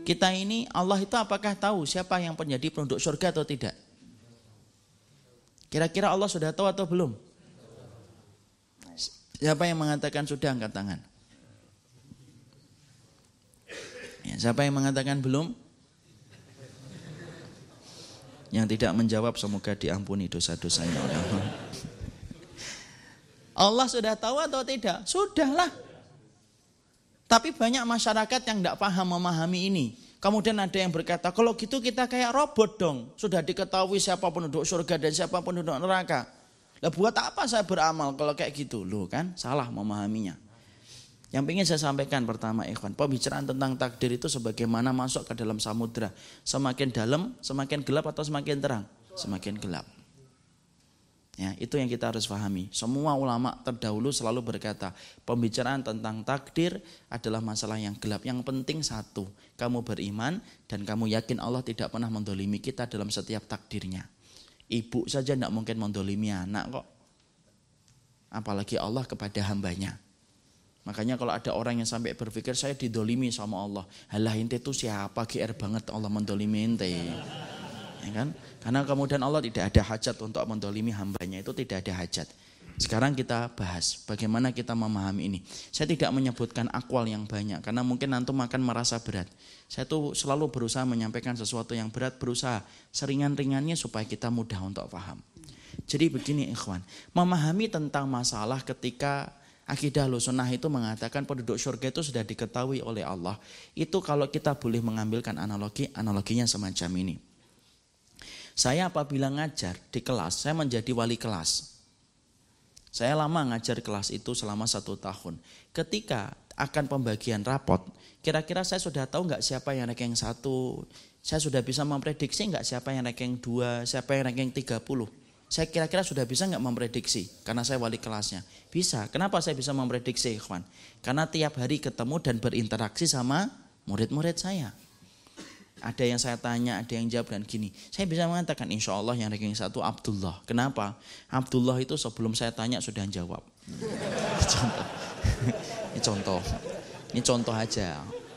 Kita ini, Allah itu apakah tahu siapa yang menjadi penduduk surga atau tidak? Kira-kira Allah sudah tahu atau belum? Siapa yang mengatakan sudah, angkat tangan. Ya, siapa yang mengatakan belum? Yang tidak menjawab semoga diampuni dosa-dosanya. Allah sudah tahu atau tidak? Sudahlah. Tapi banyak masyarakat yang tidak paham memahami ini. Kemudian ada yang berkata, kalau gitu kita kayak robot dong. Sudah diketahui siapa penduduk surga dan siapa penduduk neraka. Lah buat apa saya beramal kalau kayak gitu? Loh kan salah memahaminya. Yang ingin saya sampaikan pertama ikhwan, pembicaraan tentang takdir itu sebagaimana masuk ke dalam samudra. Semakin dalam, semakin gelap atau semakin terang? Semakin gelap. Ya, itu yang kita harus pahami. Semua ulama terdahulu selalu berkata, pembicaraan tentang takdir adalah masalah yang gelap. Yang penting satu, kamu beriman dan kamu yakin Allah tidak pernah mendolimi kita dalam setiap takdirnya. Ibu saja tidak mungkin mendolimi anak kok. Apalagi Allah kepada hambanya. Makanya kalau ada orang yang sampai berpikir saya didolimi sama Allah. Halah ente itu siapa, GR banget Allah mendolimi ente. Ya kan? Karena kemudian Allah tidak ada hajat untuk mendolimi hambanya, itu tidak ada hajat. Sekarang kita bahas bagaimana kita memahami ini. Saya tidak menyebutkan akwal yang banyak karena mungkin antum akan merasa berat. Saya tuh selalu berusaha menyampaikan sesuatu yang berat, berusaha seringan-ringannya supaya kita mudah untuk paham. Jadi begini ikhwan, memahami tentang masalah ketika akidah Ahlussunnah itu mengatakan penduduk surga itu sudah diketahui oleh Allah. Itu kalau kita boleh mengambilkan analoginya semacam ini. Saya apabila ngajar di kelas, saya menjadi wali kelas. Saya lama ngajar kelas itu selama 1 tahun. Ketika akan pembagian rapot, kira-kira saya sudah tahu nggak siapa yang ranking 1? Saya sudah bisa memprediksi nggak siapa yang ranking 2, siapa yang ranking 30? Saya kira-kira sudah bisa nggak memprediksi? Karena saya wali kelasnya. Bisa. Kenapa saya bisa memprediksi, ikhwan? Karena tiap hari ketemu dan berinteraksi sama murid-murid saya. Ada yang saya tanya, ada yang jawab dan gini. Saya bisa mengatakan insya Allah yang ranking 1 Abdullah. Kenapa? Abdullah itu sebelum saya tanya sudah jawab. Ini contoh aja.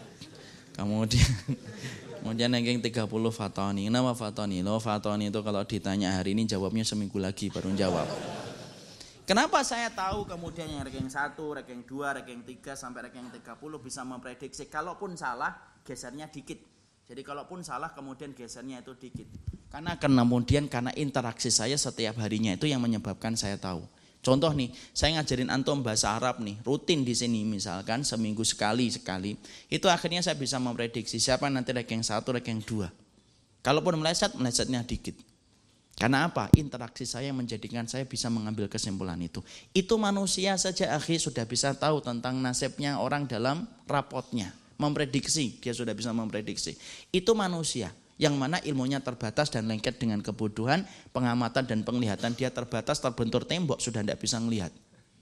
Kemudian ranking 30 Fatoni. Kenapa Fatoni? Loh Fatoni itu kalau ditanya hari ini jawabnya seminggu lagi baru jawab. Kenapa saya tahu kemudian yang ranking 1, ranking 2, ranking 3 sampai ranking 30 bisa memprediksi. Kalaupun salah gesernya dikit. Jadi kalaupun salah kemudian gesernya itu dikit. Karena kemudian karena interaksi saya setiap harinya itu yang menyebabkan saya tahu. Contoh nih, saya ngajarin antum bahasa Arab nih, rutin di sini misalkan seminggu sekali. Itu akhirnya saya bisa memprediksi siapa nanti ranking 1, ranking 2. Kalaupun melesetnya dikit. Karena apa? Interaksi saya menjadikan saya bisa mengambil kesimpulan itu. Itu manusia saja akhir sudah bisa tahu tentang nasibnya orang dalam rapotnya. Memprediksi, dia sudah bisa memprediksi. Itu manusia yang mana ilmunya terbatas dan lengket dengan kebodohan, pengamatan dan penglihatan dia terbatas, terbentur tembok, sudah tidak bisa melihat.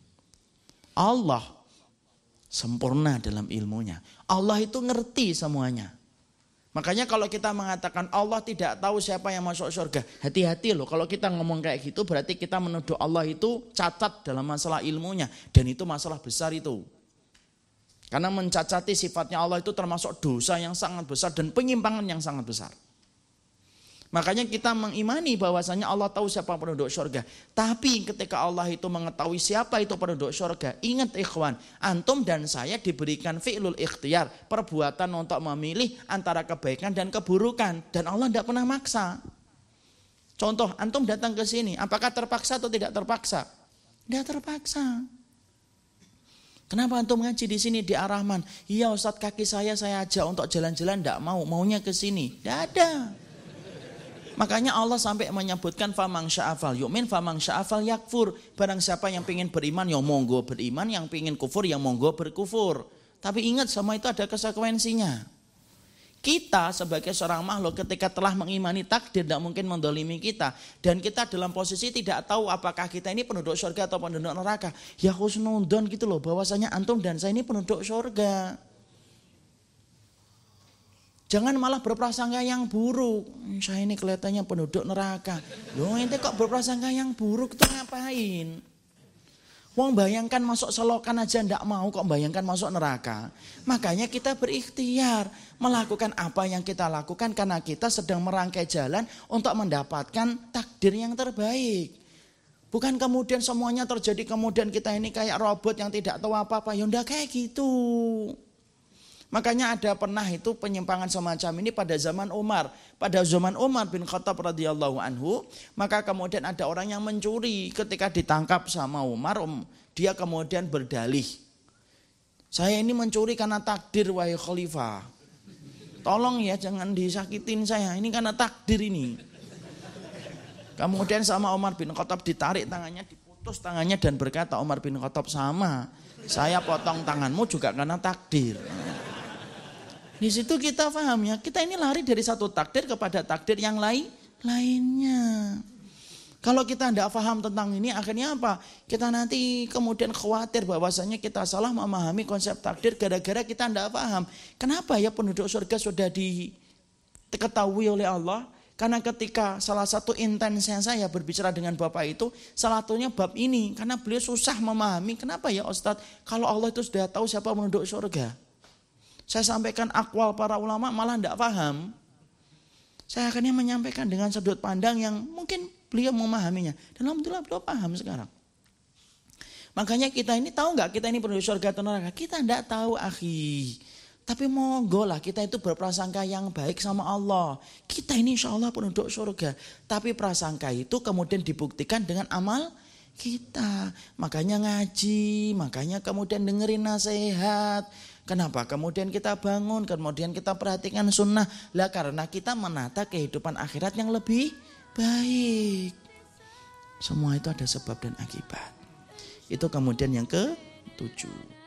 Allah sempurna dalam ilmunya. Allah itu ngerti semuanya. Makanya kalau kita mengatakan Allah tidak tahu siapa yang masuk surga, hati-hati loh. Kalau kita ngomong kayak gitu berarti kita menuduh Allah itu cacat dalam masalah ilmunya. Dan itu masalah besar itu. Karena mencacati sifatnya Allah itu termasuk dosa yang sangat besar dan penyimpangan yang sangat besar. Makanya kita mengimani bahwasanya Allah tahu siapa penduduk surga. Tapi ketika Allah itu mengetahui siapa itu penduduk surga, ingat ikhwan, antum dan saya diberikan fi'lul ikhtiar, perbuatan untuk memilih antara kebaikan dan keburukan. Dan Allah tidak pernah maksa. Contoh, antum datang ke sini, apakah terpaksa atau tidak terpaksa? Tidak terpaksa. Kenapa antum ngaji di sini di Ar-Rahman? Iya Ustadz, kaki saya ajak untuk jalan-jalan, tidak mau, maunya ke sini. Tidak ada. Makanya Allah sampai menyebutkan famang sya'afal yu'min, famang sya'afal yakfur. Barang siapa yang ingin beriman, ya monggo beriman, yang ingin kufur, ya monggo berkufur. Tapi ingat semua itu ada konsekuensinya. Kita sebagai seorang makhluk ketika telah mengimani takdir tidak mungkin mendolimi kita. Dan kita dalam posisi tidak tahu apakah kita ini penduduk surga atau penduduk neraka. Ya husnudon gitu loh, bahwasanya antum dan saya ini penduduk surga. Jangan malah berprasangka yang buruk. Saya ini kelihatannya penduduk neraka. Loh ente kok berprasangka yang buruk itu ngapain? Wong bayangkan masuk selokan aja ndak mau, kok bayangkan masuk neraka. Makanya kita berikhtiar melakukan apa yang kita lakukan karena kita sedang merangkai jalan untuk mendapatkan takdir yang terbaik. Bukan kemudian semuanya terjadi kemudian kita ini kayak robot yang tidak tahu apa-apa. Ya ndak kayak gitu. Makanya ada pernah itu penyimpangan semacam ini pada zaman Umar. Pada zaman Umar bin Khattab radhiyallahu anhu, maka kemudian ada orang yang mencuri. Ketika ditangkap sama Umar, dia kemudian berdalih. Saya ini mencuri karena takdir wahai khalifah. Tolong ya jangan disakitin saya, ini karena takdir ini. Kemudian sama Umar bin Khattab ditarik tangannya, diputus tangannya dan berkata, Umar bin Khattab sama, saya potong tanganmu juga karena takdir. Di situ kita paham ya, kita ini lari dari satu takdir kepada takdir yang lainnya. Kalau kita tidak paham tentang ini, akhirnya apa? Kita nanti kemudian khawatir bahwasanya kita salah memahami konsep takdir gara-gara kita tidak paham. Kenapa ya penduduk surga sudah diketahui oleh Allah? Karena ketika salah satu intensnya saya berbicara dengan Bapak itu, salah satunya bab ini. Karena beliau susah memahami, kenapa ya Ustadz? Kalau Allah itu sudah tahu siapa penduduk surga. Saya sampaikan akwal para ulama malah tidak paham. Saya akhirnya menyampaikan dengan sudut pandang yang mungkin beliau memahaminya. Dan alhamdulillah beliau paham sekarang. Makanya kita ini tahu nggak kita ini penduduk surga atau neraka? Kita tidak tahu akhi. Tapi monggo lah kita itu berprasangka yang baik sama Allah. Kita ini insya Allah penduduk surga. Tapi prasangka itu kemudian dibuktikan dengan amal kita. Makanya ngaji, makanya kemudian dengerin nasihat. Kenapa? Kemudian kita bangun, kemudian kita perhatikan sunnah. Lah karena kita menata kehidupan akhirat yang lebih baik. Semua itu ada sebab dan akibat. Itu kemudian yang ke-7.